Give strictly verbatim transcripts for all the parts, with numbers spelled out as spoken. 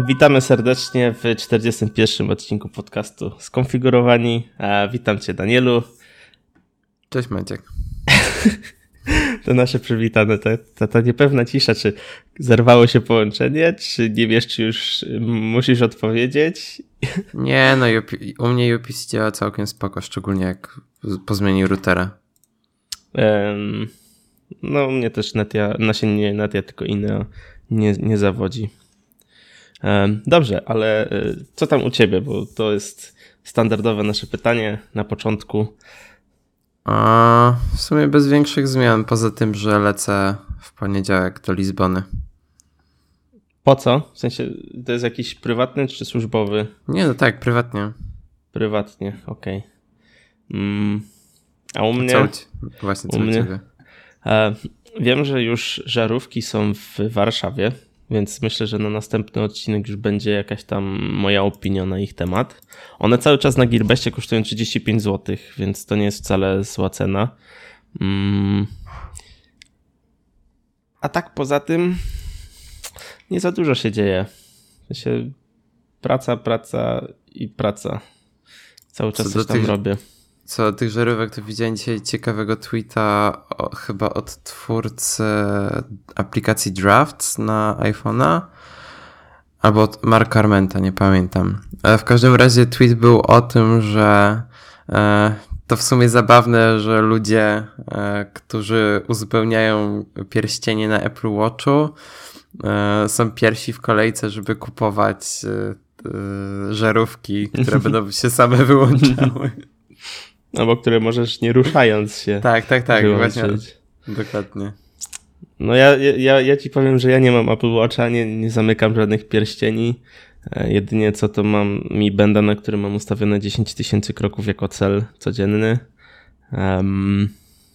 Witamy serdecznie w czterdziestym pierwszym odcinku podcastu Skonfigurowani. Witam Cię, Danielu. Cześć, Maciek. To nasze przywitane, ta, ta, ta niepewna cisza, czy zerwało się połączenie, czy nie wiesz, czy już musisz odpowiedzieć? Nie, no u mnie U P C działa całkiem spoko, szczególnie jak po zmianie routera. Um, no u mnie też Netia, znaczy nie Netia, tylko Ineo nie, nie zawodzi. Um, dobrze, ale co tam u Ciebie, bo to jest standardowe nasze pytanie na początku. A w sumie bez większych zmian, poza tym, że lecę w poniedziałek do Lizbony. Po co? W sensie, to jest jakiś prywatny czy służbowy? Nie, no tak, prywatnie. Prywatnie, okej. Okay. Mm, a u mnie... Co u Właśnie, co u, u mnie, ciebie? E, wiem, że już żarówki są w Warszawie, więc myślę, że na następny odcinek już będzie jakaś tam moja opinia na ich temat. One cały czas na Gearbestie kosztują trzydzieści pięć złotych, więc to nie jest wcale zła cena. Mm. A tak poza tym nie za dużo się dzieje. W sensie praca, praca i praca. Cały czas coś tam tych, robię. Co do tych żarówek, to widziałem dzisiaj ciekawego tweeta o, chyba od twórcy aplikacji Drafts na iPhone'a albo od Marka Armenta, nie pamiętam. Ale w każdym razie tweet był o tym, że e, to w sumie zabawne, że ludzie, e, którzy uzupełniają pierścienie na Apple Watchu, e, są pierwsi w kolejce, żeby kupować e, e, żarówki, które będą się same wyłączały. Albo które możesz nie ruszając się Tak, tak, tak, wyłączyć. właśnie. Dokładnie. No ja, ja, ja ci powiem, że ja nie mam Apple Watcha, nie, nie zamykam żadnych pierścieni. Jedynie co to mam Mi Banda, na którym mam ustawione dziesięć tysięcy kroków jako cel codzienny. Um,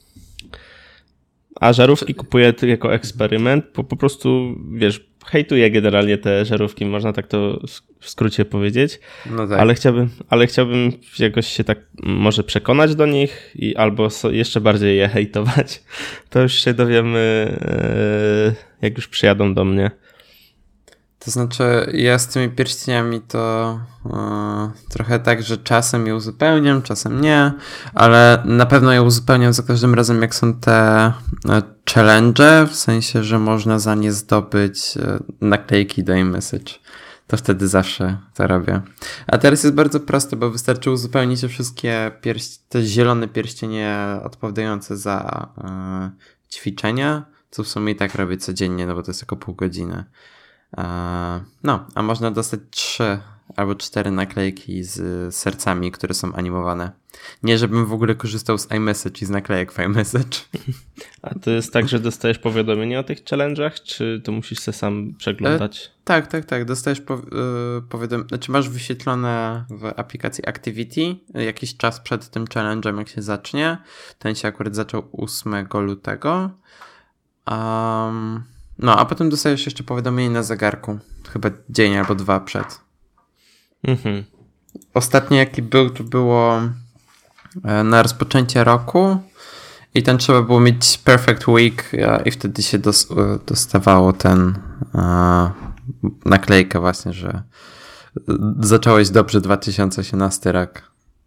a żarówki kupuję jako eksperyment, bo po prostu, wiesz, hejtuję generalnie te żarówki, można tak to w skrócie powiedzieć. No tak. Ale chciałbym, ale chciałbym jakoś się tak może przekonać do nich i albo so, jeszcze bardziej je hejtować. To już się dowiemy, jak już przyjadą do mnie. To znaczy, ja z tymi pierścieniami to yy, trochę tak, że czasem je uzupełniam, czasem nie, ale na pewno je uzupełniam za każdym razem, jak są te challenge, w sensie, że można za nie zdobyć yy, naklejki do iMessage. To wtedy zawsze to robię. A teraz jest bardzo proste, bo wystarczy uzupełnić te wszystkie pierś- te zielone pierścienie odpowiadające za yy, ćwiczenia, co w sumie i tak robię codziennie, no bo to jest tylko pół godziny. No, a można dostać trzy albo cztery naklejki z sercami, które są animowane. Nie, żebym w ogóle korzystał z iMessage i z naklejek w iMessage. A to jest tak, że dostajesz powiadomienie o tych challenge'ach, czy to musisz sobie sam przeglądać? E, tak, tak, tak. Dostajesz po, yy, powiadomienie, znaczy masz wyświetlone w aplikacji Activity jakiś czas przed tym challenge'em, jak się zacznie. Ten się akurat zaczął ósmego lutego. Um, No, a potem dostajesz jeszcze powiadomienie na zegarku. Chyba dzień albo dwa przed. Mhm. Ostatni jaki był, to było na rozpoczęcie roku i tam trzeba było mieć Perfect Week i wtedy się dos- dostawało ten uh, naklejkę właśnie, że zacząłeś dobrze dwa tysiące osiemnasty rok.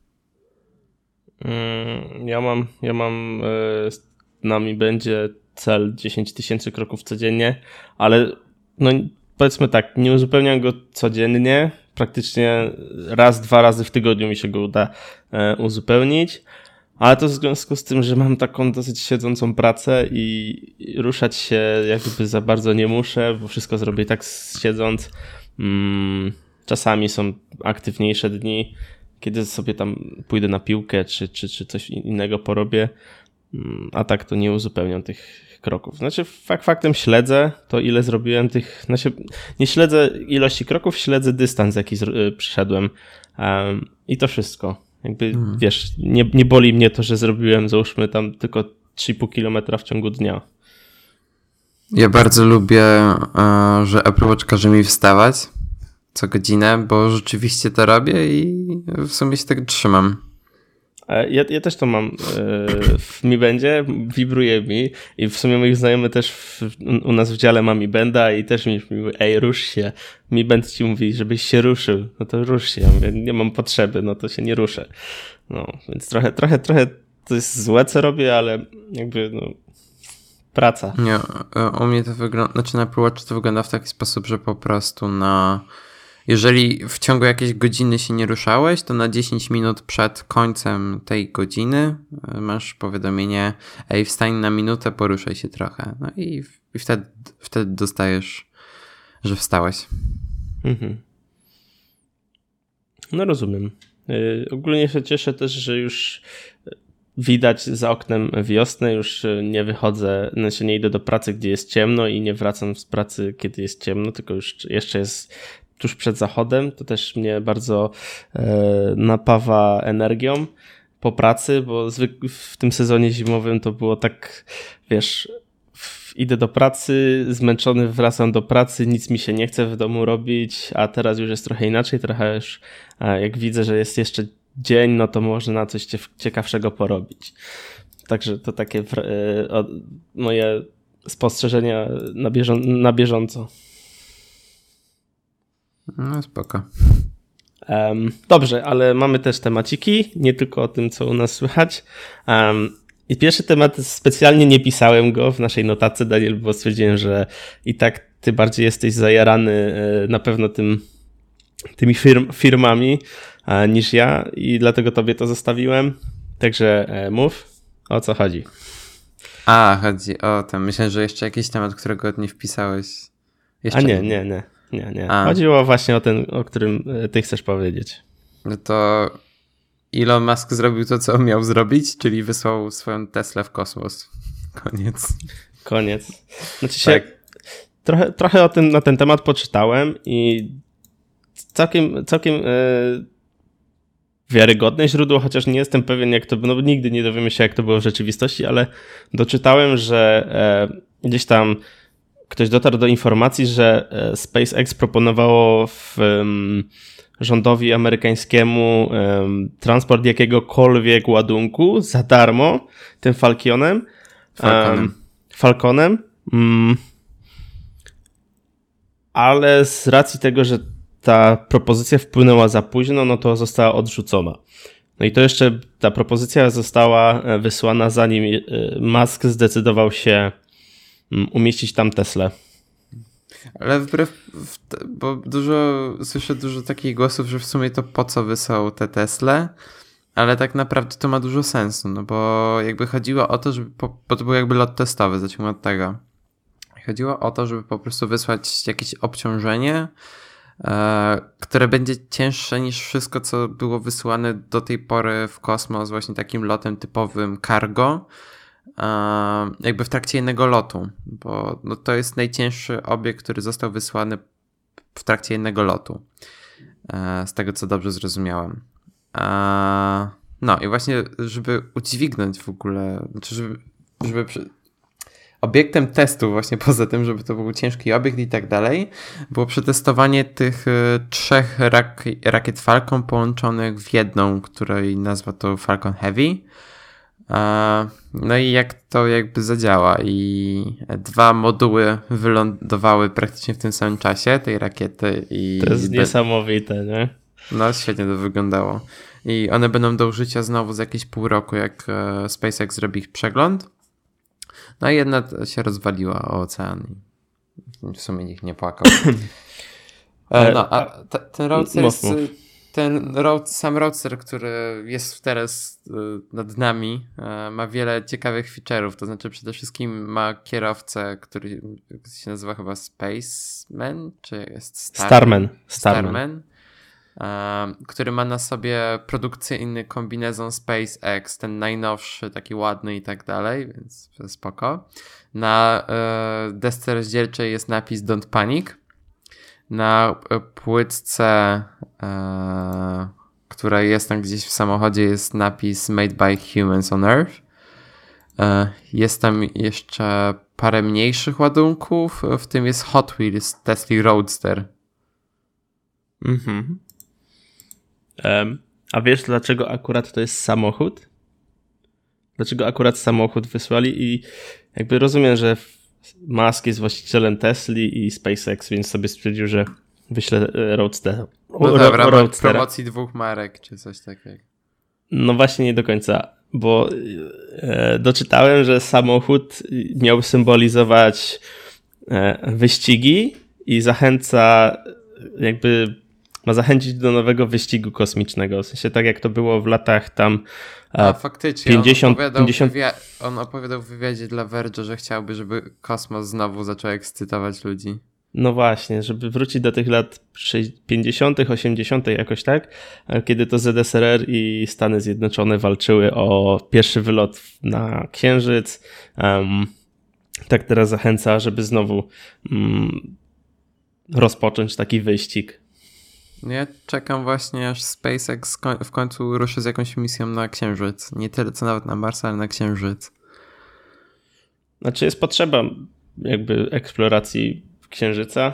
Mm, ja mam, ja mam yy, z nami będzie cel dziesięć tysięcy kroków codziennie, ale no powiedzmy tak, nie uzupełniam go codziennie, praktycznie raz, dwa razy w tygodniu mi się go uda e, uzupełnić, ale to w związku z tym, że mam taką dosyć siedzącą pracę i, i ruszać się jakby za bardzo nie muszę, bo wszystko zrobię tak siedząc. Mm, czasami są aktywniejsze dni, kiedy sobie tam pójdę na piłkę, czy, czy, czy coś innego porobię, a tak to nie uzupełniam tych kroków. Znaczy fakt faktem śledzę to, ile zrobiłem tych, znaczy nie śledzę ilości kroków, śledzę dystans, jaki z, przyszedłem um, i to wszystko. Jakby hmm. wiesz, nie, nie boli mnie to, że zrobiłem załóżmy tam tylko trzy i pół kilometra w ciągu dnia. Ja bardzo lubię, że Apple Watch każe mi wstawać co godzinę, bo rzeczywiście to robię i w sumie się tak trzymam. Ja, ja też to mam w Mi Bandzie, wibruje mi i w sumie moi znajomy też w, u nas w dziale ma Mi Banda i też mi mówi, ej, rusz się. Mi Band ci mówi, żebyś się ruszył, no to rusz się. Ja mówię, nie mam potrzeby, no to się nie ruszę. No, więc trochę, trochę, trochę to jest złe, co robię, ale jakby, no, praca. Nie, u mnie to wygląda, znaczy na Apple Watch to wygląda w taki sposób, że po prostu na... Jeżeli w ciągu jakiejś godziny się nie ruszałeś, to na dziesięć minut przed końcem tej godziny masz powiadomienie, ej, wstań na minutę, poruszaj się trochę. No i, i wtedy, wtedy dostajesz, że wstałeś. Mhm. No rozumiem. Yy, ogólnie się cieszę też, że już widać za oknem wiosnę, już nie wychodzę, znaczy nie idę do pracy, gdzie jest ciemno i nie wracam z pracy, kiedy jest ciemno, tylko już jeszcze jest tuż przed zachodem. To też mnie bardzo e, napawa energią po pracy, bo zwyk- w tym sezonie zimowym to było tak, wiesz, w, idę do pracy, zmęczony wracam do pracy, nic mi się nie chce w domu robić, a teraz już jest trochę inaczej, trochę już a jak widzę, że jest jeszcze dzień, no to można coś ciekawszego porobić. Także to takie e, o, moje spostrzeżenia na, bieżą- na bieżąco. No spoko. Um, dobrze, ale mamy też temaciki, nie tylko o tym, co u nas słychać. Um, I pierwszy temat, specjalnie nie pisałem go w naszej notatce, Daniel, bo stwierdziłem, że i tak ty bardziej jesteś zajarany na pewno tym, tymi firm, firmami niż ja i dlatego tobie to zostawiłem. Także mów, o co chodzi. A, chodzi o to. Myślę, że jeszcze jakiś temat, którego nie wpisałeś. Jeszcze A nie, nie, nie. Nie, nie. A. Chodziło właśnie o ten, o którym ty chcesz powiedzieć. No to Elon Musk zrobił to, co miał zrobić, czyli wysłał swoją Teslę w kosmos. Koniec. Koniec. Znaczy się, tak. trochę, trochę o tym na ten temat poczytałem i całkiem, całkiem e, wiarygodne źródło, chociaż nie jestem pewien, jak to, no nigdy nie dowiemy się, jak to było w rzeczywistości, ale doczytałem, że e, gdzieś tam ktoś dotarł do informacji, że SpaceX proponowało w, um, rządowi amerykańskiemu um, transport jakiegokolwiek ładunku za darmo tym Falconem. Falconem. Um, Falconem. Um, ale z racji tego, że ta propozycja wpłynęła za późno, no to została odrzucona. No i to jeszcze ta propozycja została wysłana, zanim Musk zdecydował się umieścić tam Teslę. Ale wbrew, bo dużo, słyszę dużo takich głosów, że w sumie to po co wysłał te Tesle, ale tak naprawdę to ma dużo sensu, no bo jakby chodziło o to, żeby, po, bo to był jakby lot testowy, zacznijmy od tego. Chodziło o to, żeby po prostu wysłać jakieś obciążenie, e, które będzie cięższe niż wszystko, co było wysyłane do tej pory w kosmos właśnie takim lotem typowym cargo, jakby w trakcie jednego lotu, bo no to jest najcięższy obiekt, który został wysłany w trakcie jednego lotu, z tego co dobrze zrozumiałem. No i właśnie, żeby udźwignąć w ogóle, znaczy żeby, żeby przy... obiektem testu właśnie poza tym, żeby to był ciężki obiekt i tak dalej, było przetestowanie tych trzech rak... rakiet Falcon połączonych w jedną, której nazwa to Falcon Heavy. No i jak to jakby zadziała i dwa moduły wylądowały praktycznie w tym samym czasie tej rakiety i... To jest niesamowite, nie? No świetnie to wyglądało i one będą do użycia znowu za jakieś pół roku, jak SpaceX zrobi ich przegląd. No i jedna się rozwaliła o ocean i w sumie nikt nie płakał. No a t- ten roadster jest... Ten road, sam roadster, który jest teraz nad nami, ma wiele ciekawych feature'ów, to znaczy przede wszystkim ma kierowcę, który się nazywa chyba Spaceman, czy jest Star- Starman. Starman, Starman który ma na sobie produkcyjny kombinezon SpaceX, ten najnowszy, taki ładny i tak dalej, więc spoko. Na desce rozdzielczej jest napis Don't Panic. Na płytce, e, która jest tam gdzieś w samochodzie, jest napis Made by Humans on Earth. E, jest tam jeszcze parę mniejszych ładunków, w tym jest Hot Wheels Tesla Roadster. Mhm. Um, A wiesz, dlaczego akurat to jest samochód? Dlaczego akurat samochód wysłali? I jakby rozumiem, że Musk jest właścicielem Tesli i SpaceX, więc sobie stwierdził, że wyślę Roadster. No tak, w ramach promocji dwóch marek, czy coś takiego. No właśnie nie do końca, bo e, doczytałem, że samochód miał symbolizować e, wyścigi i zachęca, jakby ma zachęcić do nowego wyścigu kosmicznego. W sensie tak jak to było w latach tam e, A faktycznie, pięćdziesiąt, on, opowiadał pięćdziesiąt... Wywi- on opowiadał w wywiadzie dla Verge, że chciałby, żeby kosmos znowu zaczął ekscytować ludzi. No właśnie, żeby wrócić do tych lat pięćdziesiątych, osiemdziesiątych jakoś tak, kiedy to Z S R R i Stany Zjednoczone walczyły o pierwszy wylot na Księżyc. Um, tak teraz zachęca, żeby znowu um, rozpocząć taki wyścig. Ja czekam właśnie, aż SpaceX w końcu ruszy z jakąś misją na Księżyc. Nie tyle co nawet na Marsa, ale na Księżyc. Znaczy jest potrzeba jakby eksploracji Księżyca.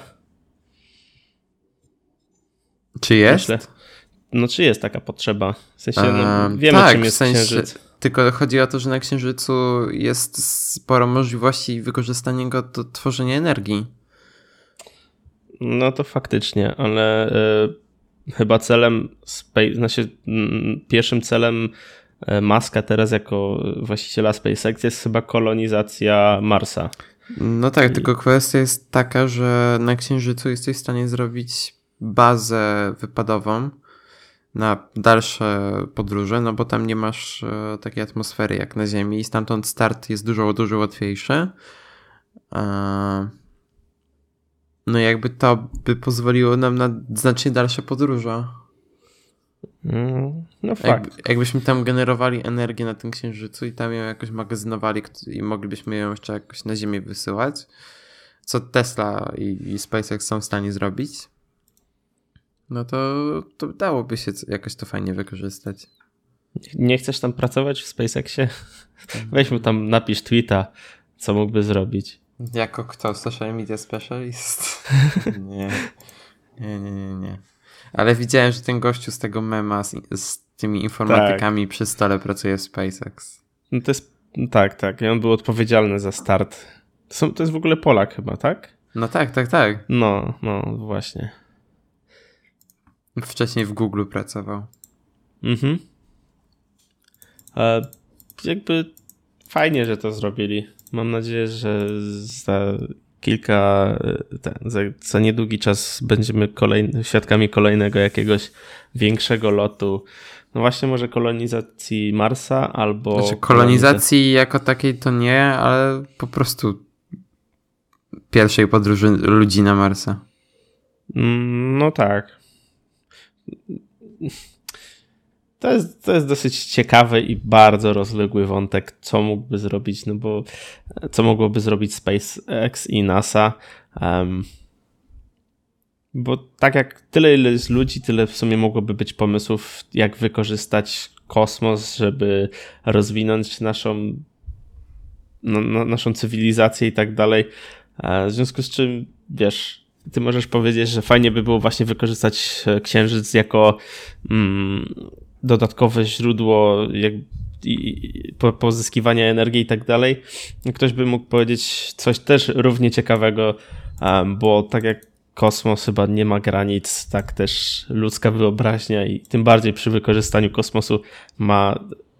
Czy jest? Myślę. No czy jest taka potrzeba? W sensie no, um, wiemy tak, czym jest w sensie, Księżyc. Tylko chodzi o to, że na Księżycu jest sporo możliwości wykorzystania go do tworzenia energii. No to faktycznie, ale y, chyba celem, Space, znaczy y, pierwszym celem y, Muska teraz jako właściciela SpaceX jest chyba kolonizacja Marsa. No tak, I... tylko kwestia jest taka, że na Księżycu jesteś w stanie zrobić bazę wypadową na dalsze podróże, no bo tam nie masz e, takiej atmosfery jak na Ziemi i stamtąd start jest dużo, dużo łatwiejszy. E... No jakby to by pozwoliło nam na znacznie dalsze podróże. Mm, no fakt. Jak, jakbyśmy tam generowali energię na tym Księżycu i tam ją jakoś magazynowali i moglibyśmy ją jeszcze jakoś na Ziemię wysyłać, co Tesla i, i SpaceX są w stanie zrobić, no to, to dałoby się jakoś to fajnie wykorzystać. Nie chcesz tam pracować w SpaceXie? Weź mu tam, napisz tweeta, co mógłby zrobić. Jako kto? Social media specialist? nie. Nie, nie, nie, nie. Ale widziałem, że ten gościu z tego mema z, z tymi informatykami tak. przy stole pracuje w SpaceX. No to jest, tak, tak. I on był odpowiedzialny za start. To, są, to jest w ogóle Polak chyba, tak? No tak, tak, tak. No, no właśnie. Wcześniej w Google pracował. Mhm. E, jakby fajnie, że to zrobili. Mam nadzieję, że za kilka, ten, za, za niedługi czas będziemy kolejny, świadkami kolejnego jakiegoś większego lotu. No właśnie może kolonizacji Marsa albo... Znaczy kolonizacji koloniz- jako takiej to nie, ale po prostu pierwszej podróży ludzi na Marsa. No tak. To jest, to jest dosyć ciekawy i bardzo rozległy wątek, co mógłby zrobić, no bo co mogłoby zrobić SpaceX i NASA. Um, bo tak jak tyle ile jest ludzi, tyle w sumie mogłoby być pomysłów, jak wykorzystać kosmos, żeby rozwinąć naszą, no, no, naszą cywilizację i tak dalej. W związku z czym, wiesz, ty możesz powiedzieć, że fajnie by było właśnie wykorzystać Księżyc jako mm, dodatkowe źródło jak, i, i, pozyskiwania energii i tak dalej. Ktoś by mógł powiedzieć coś też równie ciekawego, um, bo tak jak kosmos chyba nie ma granic, tak też ludzka wyobraźnia i tym bardziej przy wykorzystaniu kosmosu ma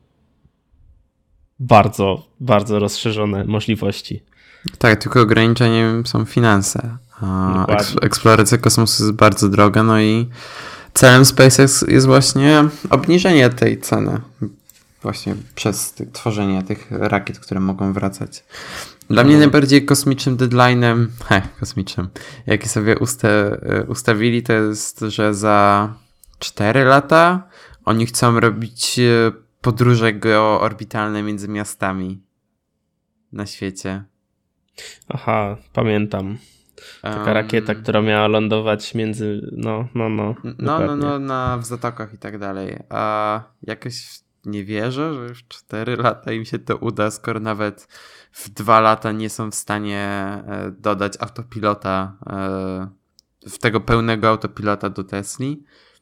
bardzo, bardzo rozszerzone możliwości. Tak, tylko ograniczeniem są finanse. Eks- eksploracja kosmosu jest bardzo droga, no i celem SpaceX jest właśnie obniżenie tej ceny. Właśnie przez ty- tworzenie tych rakiet, które mogą wracać. Dla no. mnie najbardziej kosmicznym deadline'em, he, kosmicznym, jaki sobie usta- ustawili, to jest, że za cztery lata oni chcą robić podróże geoorbitalne między miastami na świecie. Aha, pamiętam. Taka um, rakieta, która miała lądować między, no, no, no. No, no, no, na, w zatokach i tak dalej. A jakoś nie wierzę, że już cztery lata im się to uda, skoro nawet w dwa lata nie są w stanie dodać autopilota, w tego pełnego autopilota do Tesli.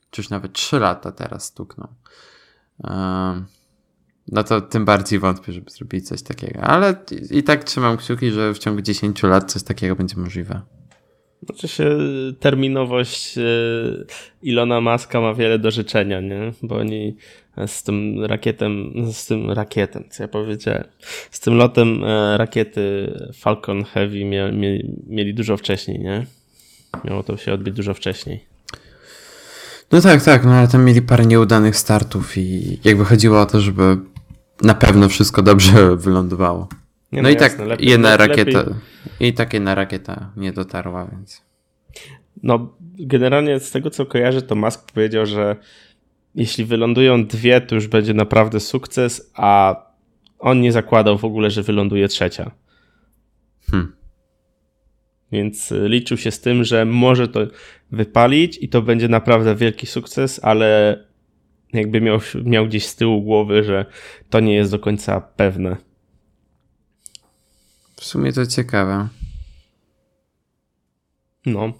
czy już nawet trzy lata teraz stukną. Um, no to tym bardziej wątpię, żeby zrobili coś takiego. Ale i, i tak trzymam kciuki, że w ciągu dziesięciu lat coś takiego będzie możliwe. Znaczy się terminowość Ilona Muska ma wiele do życzenia, nie? Bo oni z tym rakietem, z tym rakietem, co ja powiedziałem, z tym lotem rakiety Falcon Heavy mieli, mieli dużo wcześniej, nie? Miało to się odbyć dużo wcześniej. No tak, tak, no ale tam mieli parę nieudanych startów i jakby chodziło o to, żeby na pewno wszystko dobrze wylądowało. Nie, no, no i jasne, tak lepiej, jedna rakieta lepiej. I tak jedna rakieta nie dotarła, więc. No generalnie z tego co kojarzę, to Musk powiedział, że jeśli wylądują dwie, to już będzie naprawdę sukces, a on nie zakładał w ogóle, że wyląduje trzecia. Hmm. Więc liczył się z tym, że może to wypalić i to będzie naprawdę wielki sukces, ale jakby miał, miał gdzieś z tyłu głowy, że to nie jest do końca pewne. W sumie to ciekawe. No.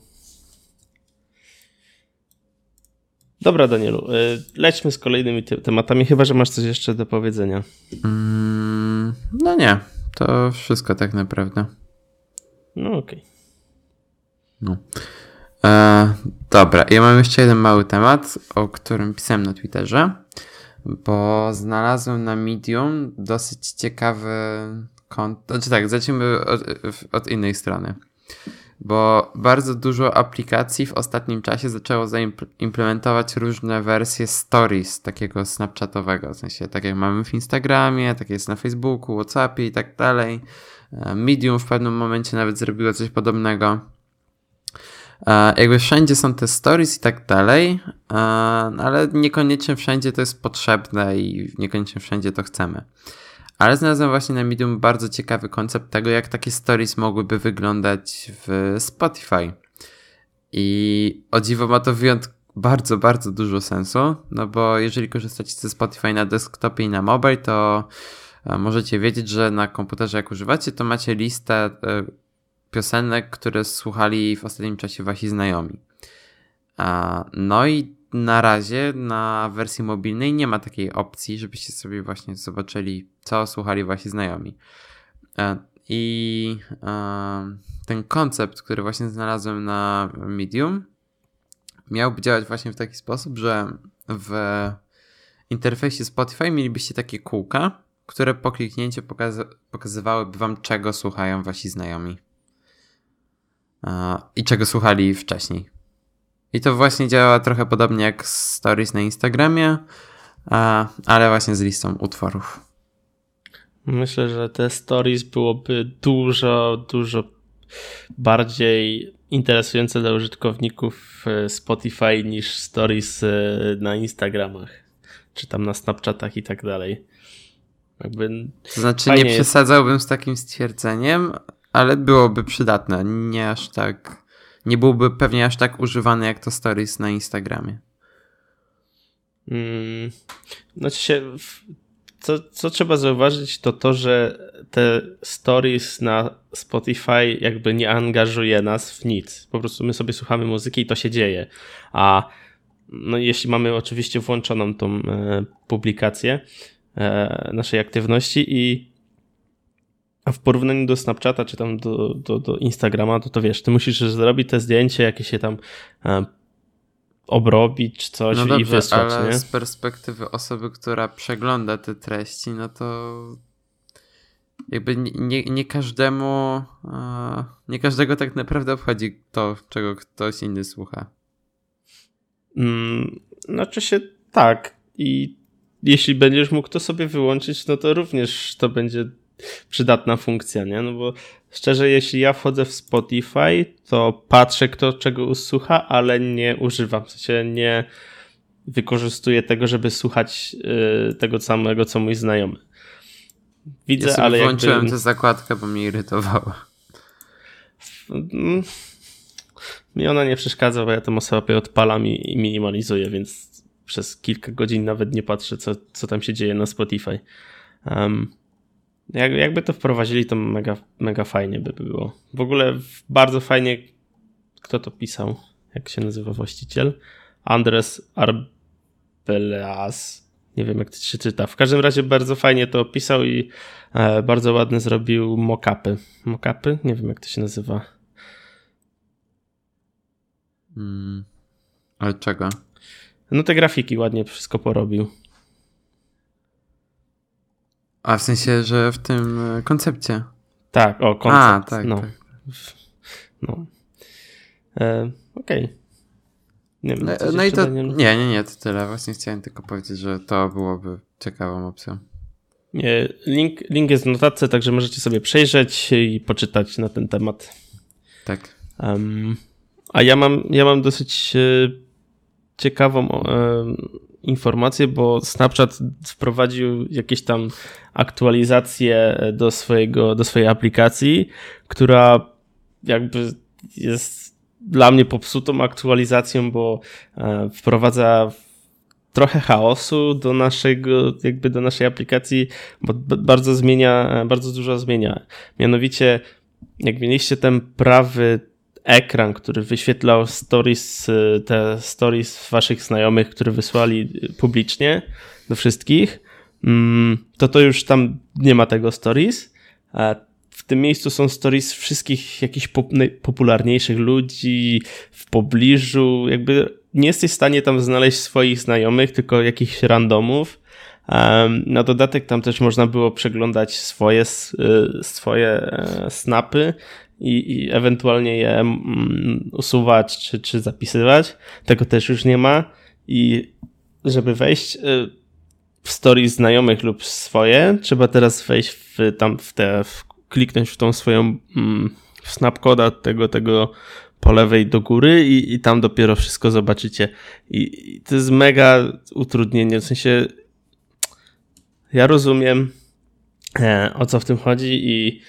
Dobra, Danielu, lećmy z kolejnymi te- tematami, chyba że masz coś jeszcze do powiedzenia. Mm, no nie, to wszystko tak naprawdę. No okej. Okay. No. E, dobra, ja mam jeszcze jeden mały temat, o którym pisałem na Twitterze, bo znalazłem na Medium dosyć ciekawy konto. Znaczy tak, zacznijmy od, od innej strony. Bo bardzo dużo aplikacji w ostatnim czasie zaczęło zaimplementować różne wersje stories takiego snapchatowego. W sensie tak jak mamy w Instagramie, tak jest na Facebooku, WhatsAppie i tak dalej. Medium w pewnym momencie nawet zrobiło coś podobnego. Jakby wszędzie są te stories i tak dalej, ale niekoniecznie wszędzie to jest potrzebne i niekoniecznie wszędzie to chcemy. Ale znalazłem właśnie na Medium bardzo ciekawy koncept tego, jak takie stories mogłyby wyglądać w Spotify. I o dziwo ma to wyjątkowo bardzo, bardzo dużo sensu, no bo jeżeli korzystacie ze Spotify na desktopie i na mobile, to możecie wiedzieć, że na komputerze jak używacie, to macie listę piosenek, które słuchali w ostatnim czasie wasi znajomi. No i na razie na wersji mobilnej nie ma takiej opcji, żebyście sobie właśnie zobaczyli, co słuchali wasi znajomi. I ten koncept, który właśnie znalazłem na Medium, miałby działać właśnie w taki sposób, że w interfejsie Spotify mielibyście takie kółka, które po kliknięciu pokaza- pokazywałyby wam, czego słuchają wasi znajomi. I czego słuchali wcześniej. I to właśnie działa trochę podobnie jak stories na Instagramie, ale właśnie z listą utworów. Myślę, że te stories byłoby dużo, dużo bardziej interesujące dla użytkowników Spotify niż stories na Instagramach, czy tam na Snapchatach i tak dalej. Jakby to znaczy nie przesadzałbym jest... z takim stwierdzeniem, ale byłoby przydatne. Nie aż tak... Nie byłby pewnie aż tak używany jak to stories na Instagramie. Hmm. Znaczy się, co, co trzeba zauważyć, to to, że te stories na Spotify jakby nie angażuje nas w nic. Po prostu my sobie słuchamy muzyki i to się dzieje. A no jeśli mamy oczywiście włączoną tą e, publikację e, naszej aktywności i a w porównaniu do Snapchata czy tam do, do, do Instagrama, to to wiesz, ty musisz zrobić te zdjęcie, jakieś się tam e, obrobić czy coś no dobrze, i wysłać, ale nie? Z perspektywy osoby, która przegląda te treści, no to jakby nie, nie, nie każdemu e, nie każdego tak naprawdę obchodzi to, czego ktoś inny słucha. Mm, znaczy się tak i jeśli będziesz mógł to sobie wyłączyć, no to również to będzie przydatna funkcja, nie? No bo szczerze, jeśli ja wchodzę w Spotify, to patrzę, kto czego słucha, ale nie używam, w sensie nie wykorzystuję tego, żeby słuchać y, tego samego, co mój znajomy. Widzę, ja sobie ale włączyłem jakby... tę zakładkę, bo mnie irytowała. Mi ona nie przeszkadza, bo ja tę osobę odpalam i, i minimalizuję, więc przez kilka godzin nawet nie patrzę, co, co tam się dzieje na Spotify. Um, Jak, jakby to wprowadzili, to mega, mega fajnie by było. W ogóle bardzo fajnie, kto to pisał, jak się nazywa właściciel, Andres Arbeláez. Nie wiem, jak to się czyta. W każdym razie bardzo fajnie to opisał i e, bardzo ładnie zrobił mock-upy. Mock-upy? Nie wiem, jak to się nazywa. Hmm. Ale czego? No te grafiki ładnie wszystko porobił. A w sensie, że w tym koncepcie. Tak, o, koncept. A, tak, no. tak. No. E, Okej. Okay. Nie wiem, no, no i to, nie, nie, nie, to tyle. Właśnie chciałem tylko powiedzieć, że to byłoby ciekawą opcją. Nie, link, link jest w notatce, także możecie sobie przejrzeć i poczytać na ten temat. Tak. Um, a ja mam, ja mam dosyć e, ciekawą e, informację, bo Snapchat wprowadził jakieś tam aktualizacje do swojego, do swojej aplikacji, która jakby jest dla mnie popsutą aktualizacją, bo e, wprowadza trochę chaosu do naszego, jakby do naszej aplikacji, bo b- bardzo zmienia, bardzo dużo zmienia. Mianowicie, jak mieliście ten prawy ekran, który wyświetlał stories, te stories waszych znajomych, które wysłali publicznie do wszystkich, to to już tam nie ma tego stories. W tym miejscu są stories wszystkich jakichś popularniejszych ludzi w pobliżu. Jakby nie jesteś w stanie tam znaleźć swoich znajomych, tylko jakichś randomów. Na dodatek tam też można było przeglądać swoje, swoje snapy i, i ewentualnie je usuwać czy, czy zapisywać. Tego też już nie ma. I żeby wejść w stories znajomych lub swoje, trzeba teraz wejść w, tam w te... W kliknąć w tą swoją w snapcoda tego, tego po lewej do góry i, i tam dopiero wszystko zobaczycie. I, I to jest mega utrudnienie. W sensie ja rozumiem e, o co w tym chodzi i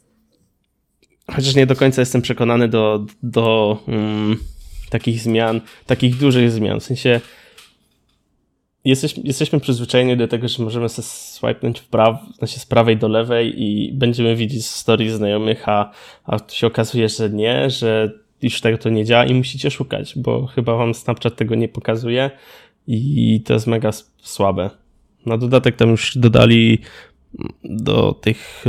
chociaż nie do końca jestem przekonany do, do um, takich zmian, takich dużych zmian. W sensie Jesteśmy, jesteśmy przyzwyczajeni do tego, że możemy sobie swipenąć w prawo, znaczy z prawej do lewej i będziemy widzieć stories znajomych, a, a tu się okazuje, że nie, że już tego to nie działa i musicie szukać, bo chyba wam Snapchat tego nie pokazuje i to jest mega słabe. Na dodatek tam już dodali do tych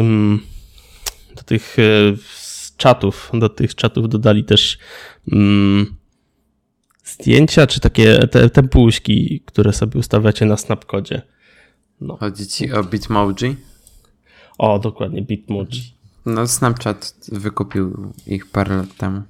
do tych czatów, do tych czatów dodali też um, zdjęcia, czy takie te, te buźki, które sobie ustawiacie na Snapcodzie. No. Chodzi ci o Bitmoji? O, dokładnie, Bitmoji. No, Snapchat wykupił ich parę lat temu.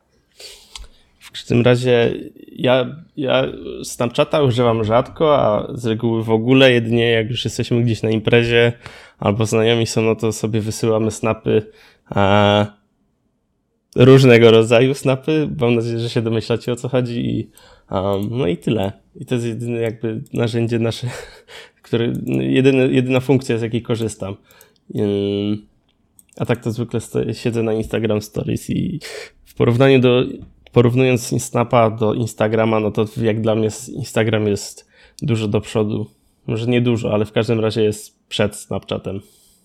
W każdym razie ja, ja Snapchata używam rzadko, a z reguły w ogóle, jedynie jak już jesteśmy gdzieś na imprezie albo znajomi są, no to sobie wysyłamy snapy, a różnego rodzaju snapy. Mam nadzieję, że się domyślacie, o co chodzi i um, no i tyle. I to jest jedyne jakby narzędzie nasze, które, jedyny, jedyna funkcja, z jakiej korzystam. Um, a tak to zwykle sto- siedzę na Instagram Stories i w porównaniu do, porównując Snapa do Instagrama, no to jak dla mnie Instagram jest dużo do przodu. Może nie dużo, ale w każdym razie jest przed Snapchatem.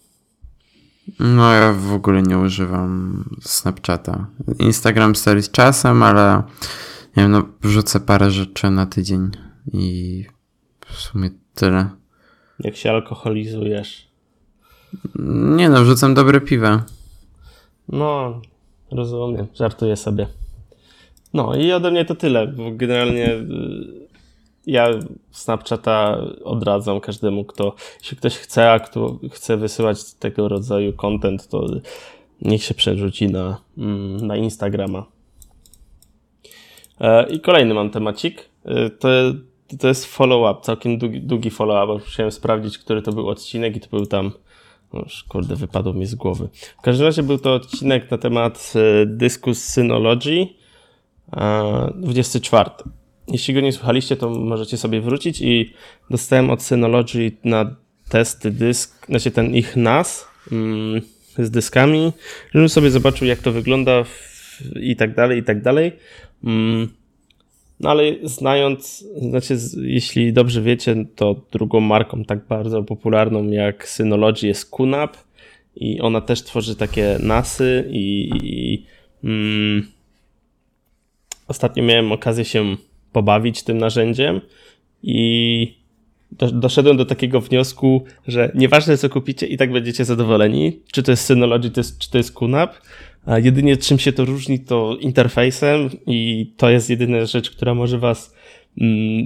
No ja w ogóle nie używam Snapchata. Instagram Stories czasem, ale nie wiem, no wrzucę parę rzeczy na tydzień i w sumie tyle. Jak się alkoholizujesz? Nie no, wrzucam dobre piwo. No, rozumiem, żartuję sobie. No i ode mnie to tyle, bo generalnie ja Snapchata odradzam każdemu, kto, jeśli ktoś chce, a kto chce wysyłać tego rodzaju content, to niech się przerzuci na, na Instagrama. I kolejny mam temacik. To, to jest follow-up, całkiem długi, długi follow-up, bo musiałem sprawdzić, który to był odcinek i to był tam, no już kurde, wypadło mi z głowy. W każdym razie był to odcinek na temat Disqus Synology dwudziesty czwarty. Jeśli go nie słuchaliście, to możecie sobie wrócić i dostałem od Synology na testy dysk, znaczy ten ich N A S mm, z dyskami, żebym sobie zobaczył, jak to wygląda w, i tak dalej, i tak dalej. Mm, no ale znając, znaczy jeśli dobrze wiecie, to drugą marką tak bardzo popularną jak Synology jest Q NAP i ona też tworzy takie nasy i, i mm, ostatnio miałem okazję się pobawić tym narzędziem i do, doszedłem do takiego wniosku, że nieważne co kupicie i tak będziecie zadowoleni, czy to jest Synology, to jest, czy to jest Q N A P, a jedynie czym się to różni to interfejsem i to jest jedyna rzecz, która może was mm,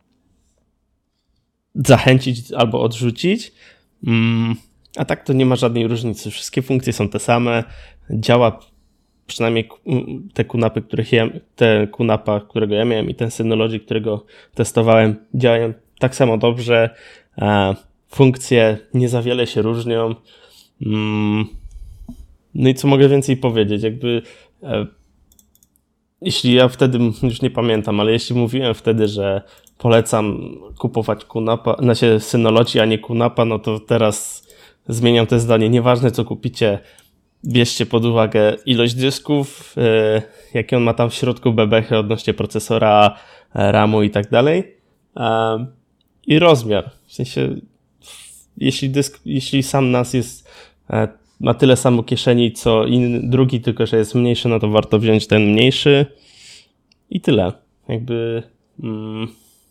zachęcić albo odrzucić. Mm, a tak to nie ma żadnej różnicy. Wszystkie funkcje są te same. Działa przynajmniej te Q N A P-y, których ja, te Q N A P-a, którego ja miałem i ten Synology, którego testowałem, działają tak samo dobrze. E, funkcje nie za wiele się różnią. Mm, no i co mogę więcej powiedzieć? Jakby e, jeśli ja wtedy, już nie pamiętam, ale jeśli mówiłem wtedy, że polecam kupować Q N A P-a, znaczy Synology, a nie Q N A P-a, no to teraz zmieniam to zdanie. Nieważne co kupicie, bierzcie pod uwagę ilość dysków, yy, jakie on ma tam w środku, bebechy odnośnie procesora, ramu i tak dalej. Yy, I rozmiar. W sensie, jeśli dysk, jeśli sam nas jest, yy, ma tyle samo kieszeni, co inny, drugi, tylko że jest mniejszy, no to warto wziąć ten mniejszy. I tyle. Jakby mm,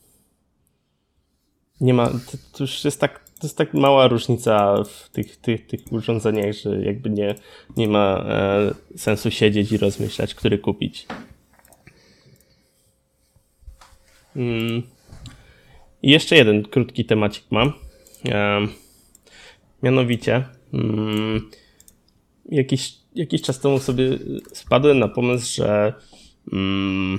nie ma, to, to już jest tak, to jest tak mała różnica w tych, tych, tych urządzeniach, że jakby nie, nie ma e, sensu siedzieć i rozmyślać, który kupić. Mm. I jeszcze jeden krótki temacik mam. E, mianowicie mm, jakiś, jakiś czas temu sobie spadłem na pomysł, że mm,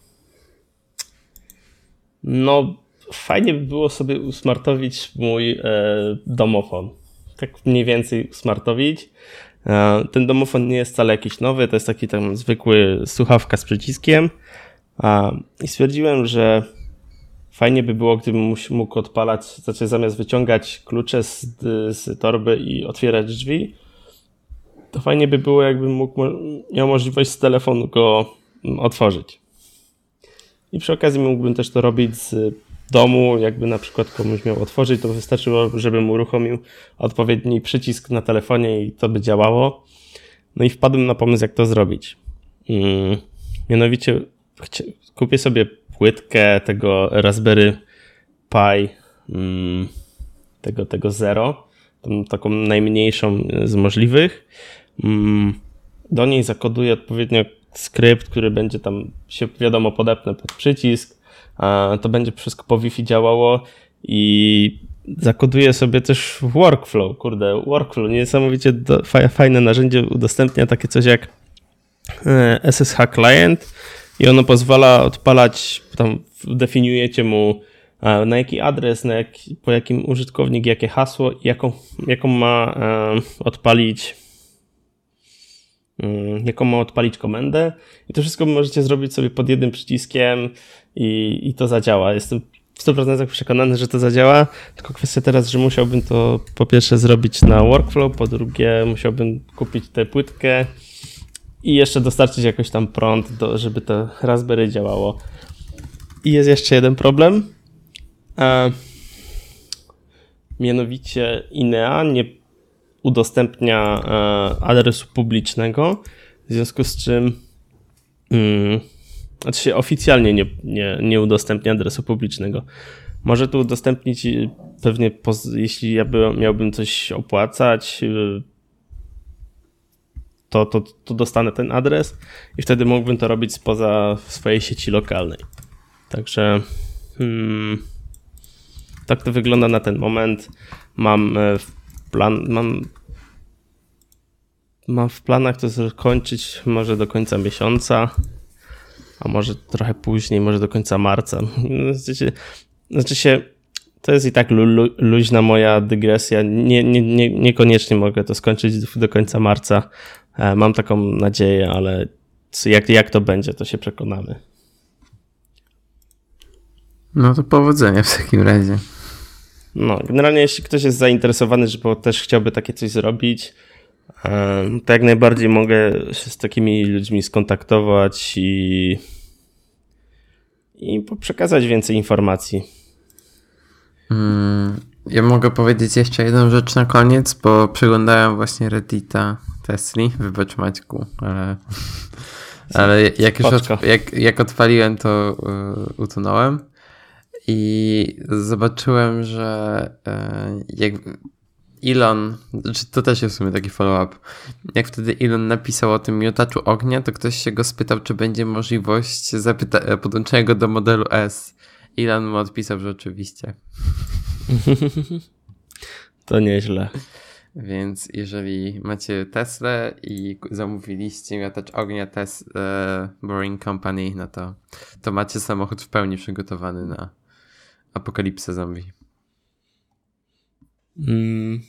no fajnie by było sobie usmartowić mój e, domofon. Tak mniej więcej usmartowić. E, ten domofon nie jest wcale jakiś nowy, to jest taki tam zwykły słuchawka z przyciskiem. E, I stwierdziłem, że fajnie by było, gdybym mógł odpalać, znaczy zamiast wyciągać klucze z, z torby i otwierać drzwi, to fajnie by było, jakbym mógł, miał możliwość z telefonu go otworzyć. I przy okazji mógłbym też to robić z domu, jakby na przykład komuś miał otworzyć, to wystarczyło, żebym uruchomił odpowiedni przycisk na telefonie i to by działało. No i wpadłem na pomysł, jak to zrobić. Hmm. Mianowicie chci- kupię sobie płytkę tego Raspberry Pi, hmm, tego, tego Zero, tą, taką najmniejszą z możliwych. Hmm. Do niej zakoduję odpowiednio skrypt, który będzie tam się, wiadomo, podepnę pod przycisk, a to będzie wszystko po Wi-Fi działało i zakoduję sobie też workflow, kurde, workflow, niesamowicie do, fajne narzędzie, udostępnia takie coś jak S S H Client i ono pozwala odpalać, tam definiujecie mu na jaki adres, na jak, po jakim użytkownik, jakie hasło i jaką, jaką ma um, odpalić jaką ma odpalić komendę i to wszystko możecie zrobić sobie pod jednym przyciskiem i, i to zadziała. Jestem w stu procentach przekonany, że to zadziała, tylko kwestia teraz, że musiałbym to po pierwsze zrobić na workflow, po drugie musiałbym kupić tę płytkę i jeszcze dostarczyć jakoś tam prąd, do, żeby to Raspberry działało. I jest jeszcze jeden problem, a mianowicie Inea nie udostępnia e, adresu publicznego, w związku z czym mm, znaczy się oficjalnie nie, nie, nie udostępnia adresu publicznego. Może tu udostępnić pewnie, poz, jeśli ja by, miałbym coś opłacać, to, to, to dostanę ten adres i wtedy mógłbym to robić spoza swojej sieci lokalnej. Także hmm, tak to wygląda na ten moment. Mam plan, mam, mam w planach to skończyć może do końca miesiąca, a może trochę później, może do końca marca. Znaczy, znaczy się, to jest i tak lu, lu, luźna moja dygresja. Nie, nie, nie, niekoniecznie mogę to skończyć do końca marca. Mam taką nadzieję, ale jak, jak to będzie, to się przekonamy. No to powodzenia w takim razie. No, generalnie jeśli ktoś jest zainteresowany, żeby też chciałby takie coś zrobić, to jak najbardziej mogę się z takimi ludźmi skontaktować i, i przekazać więcej informacji. Hmm, ja mogę powiedzieć jeszcze jedną rzecz na koniec, bo przeglądałem właśnie Reddita Tesli, wybacz Maćku, ale Ale jak już od, jak, jak odpaliłem, to yy, utonąłem i zobaczyłem, że yy, jak Elon, to też jest w sumie taki follow-up, jak wtedy Elon napisał o tym miotaczu ognia, to ktoś się go spytał, czy będzie możliwość zapyta- podłączenia go do modelu S. Elon mu odpisał, że oczywiście. To nieźle. Więc jeżeli macie Teslę i zamówiliście miotacz ognia Tesla Boring Company, no to, to macie samochód w pełni przygotowany na apokalipsę zombie. Mm.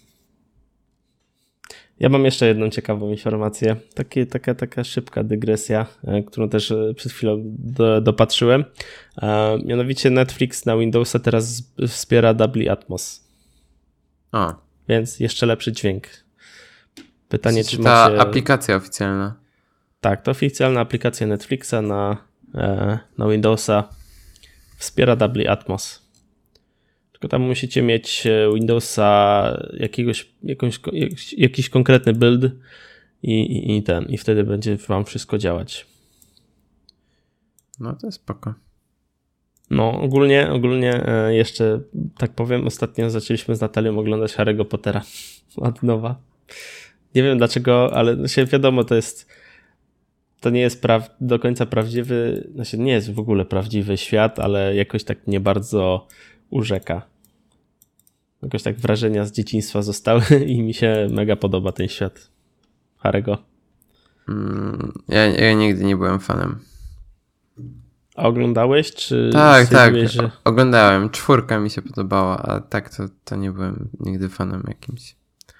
Ja mam jeszcze jedną ciekawą informację. Takie, taka, taka szybka dygresja, którą też przed chwilą do, dopatrzyłem. E, mianowicie Netflix na Windowsa teraz wspiera Dolby Atmos. O. Więc jeszcze lepszy dźwięk. Pytanie, czy, czy ta macie... aplikacja oficjalna. Tak, to oficjalna aplikacja Netflixa na, e, na Windowsa wspiera Dolby Atmos. Tylko tam musicie mieć Windowsa jakiegoś, jakąś, jakiś, jakiś konkretny build i, i, i ten, i wtedy będzie wam wszystko działać. No to jest spoko. No ogólnie, ogólnie jeszcze tak powiem, ostatnio zaczęliśmy z Natalią oglądać Harry'ego Pottera od nowa. Nie wiem dlaczego, ale się wiadomo, to jest to nie jest pra- do końca prawdziwy, znaczy nie jest w ogóle prawdziwy świat, ale jakoś tak nie bardzo urzeka. Jakoś tak wrażenia z dzieciństwa zostały i mi się mega podoba ten świat Harry'ego. Mm, ja, ja nigdy nie byłem fanem. A oglądałeś, czy... Tak, tak, że... oglądałem. Czwórka mi się podobała, a tak to, to nie byłem nigdy fanem jakimś.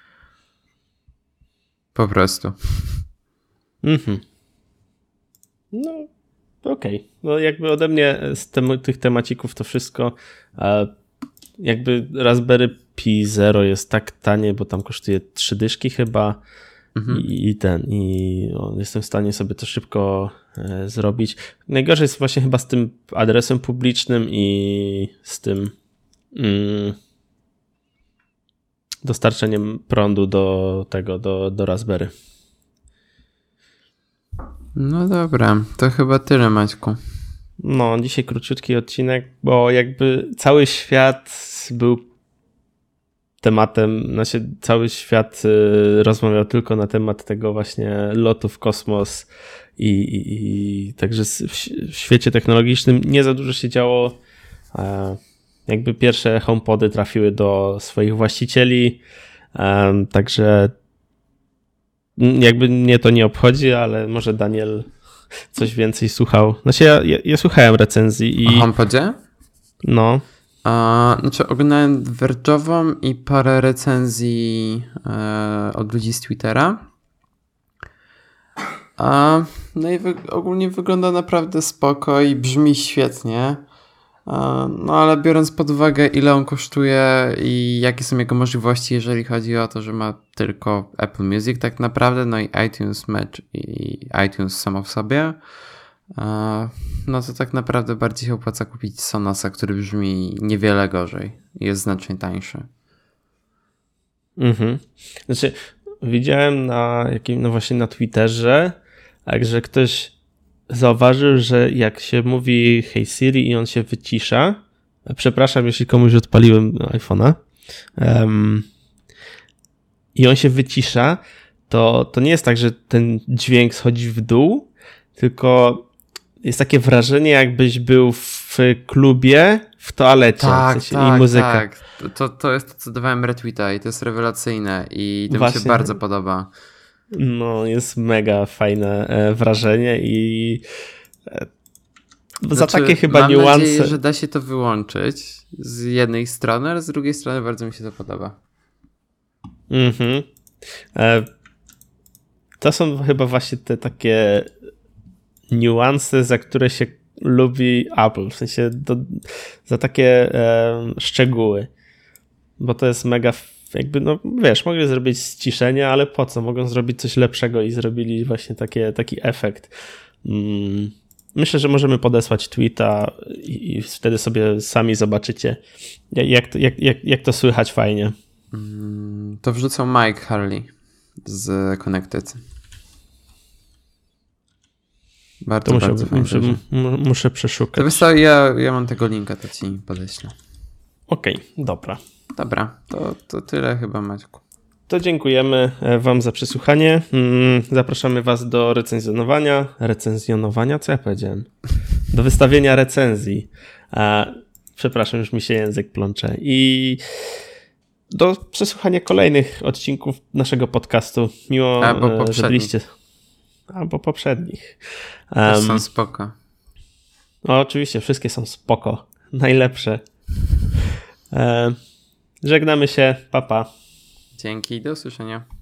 Po prostu. Mhm. No, okej. Okay. No jakby ode mnie z tem- tych temacików to wszystko. A jakby Raspberry Pi Zero jest tak tanie, bo tam kosztuje trzy dyszki chyba. Mhm. I, I ten, i o, jestem w stanie sobie to szybko e, zrobić. Najgorzej jest właśnie chyba z tym adresem publicznym i z tym mm, dostarczeniem prądu do tego, do, do Raspberry. No dobra, to chyba tyle, Maćku. No, dzisiaj króciutki odcinek, bo jakby cały świat był tematem, znaczy cały świat y, rozmawiał tylko na temat tego właśnie lotu w kosmos i, i, i także w, w świecie technologicznym nie za dużo się działo. E, jakby pierwsze HomePody trafiły do swoich właścicieli, e, także jakby mnie to nie obchodzi, ale może Daniel coś więcej słuchał. Znaczy ja, ja, ja słuchałem recenzji i... O HomePodzie? No. A, znaczy oglądałem Verge'ową i parę recenzji e, od ludzi z Twittera. A, no i wy, ogólnie wygląda naprawdę spoko i brzmi świetnie. A, no ale biorąc pod uwagę, ile on kosztuje i jakie są jego możliwości, jeżeli chodzi o to, że ma tylko Apple Music tak naprawdę, no i iTunes Match i iTunes samo w sobie, no to tak naprawdę bardziej się opłaca kupić Sonosa, który brzmi niewiele gorzej i jest znacznie tańszy. Mhm. Znaczy widziałem na jakim, no właśnie na Twitterze, że ktoś zauważył, że jak się mówi Hey Siri i on się wycisza, przepraszam, jeśli komuś odpaliłem iPhone'a, um, i on się wycisza, to, to nie jest tak, że ten dźwięk schodzi w dół, tylko jest takie wrażenie, jakbyś był w klubie, w toalecie. Tak, w sensie, tak, i muzyka. tak. To, to jest to, co dawałem retweeta i to jest rewelacyjne i to Właśnie. mi się bardzo podoba. No, jest mega fajne e, wrażenie i e, za znaczy, takie chyba mam niuanse... Mam nadzieję, że da się to wyłączyć z jednej strony, ale z drugiej strony bardzo mi się to podoba. Mhm. E, to są chyba właśnie te takie niuanse, za które się lubi Apple, w sensie do, za takie e, szczegóły, bo to jest mega jakby, no wiesz, mogli zrobić ściszenie, ale po co? Mogą zrobić coś lepszego i zrobili właśnie takie, taki efekt. Mm, myślę, że możemy podesłać tweeta i, i wtedy sobie sami zobaczycie, jak to, jak, jak, jak to słychać fajnie. Mm, to wrzucał Mike Hurley z Connected. Bardzo, muszę, bardzo fajnie. muszę, muszę przeszukać. To wiesz co, ja, ja mam tego linka, to ci podeślę. Okej, okay, dobra. Dobra, to, to tyle chyba, Maćku. To dziękujemy wam za przesłuchanie. Zapraszamy was do recenzjonowania. Recenzjonowania? Co ja powiedziałem? Do wystawienia recenzji. Przepraszam, już mi się język plącze. I do przesłuchania kolejnych odcinków naszego podcastu. Miło, Albo że byliście... Albo poprzednich. Um, to są spoko. No, oczywiście, wszystkie są spoko. Najlepsze. Um, żegnamy się. Pa, pa. Dzięki, do usłyszenia.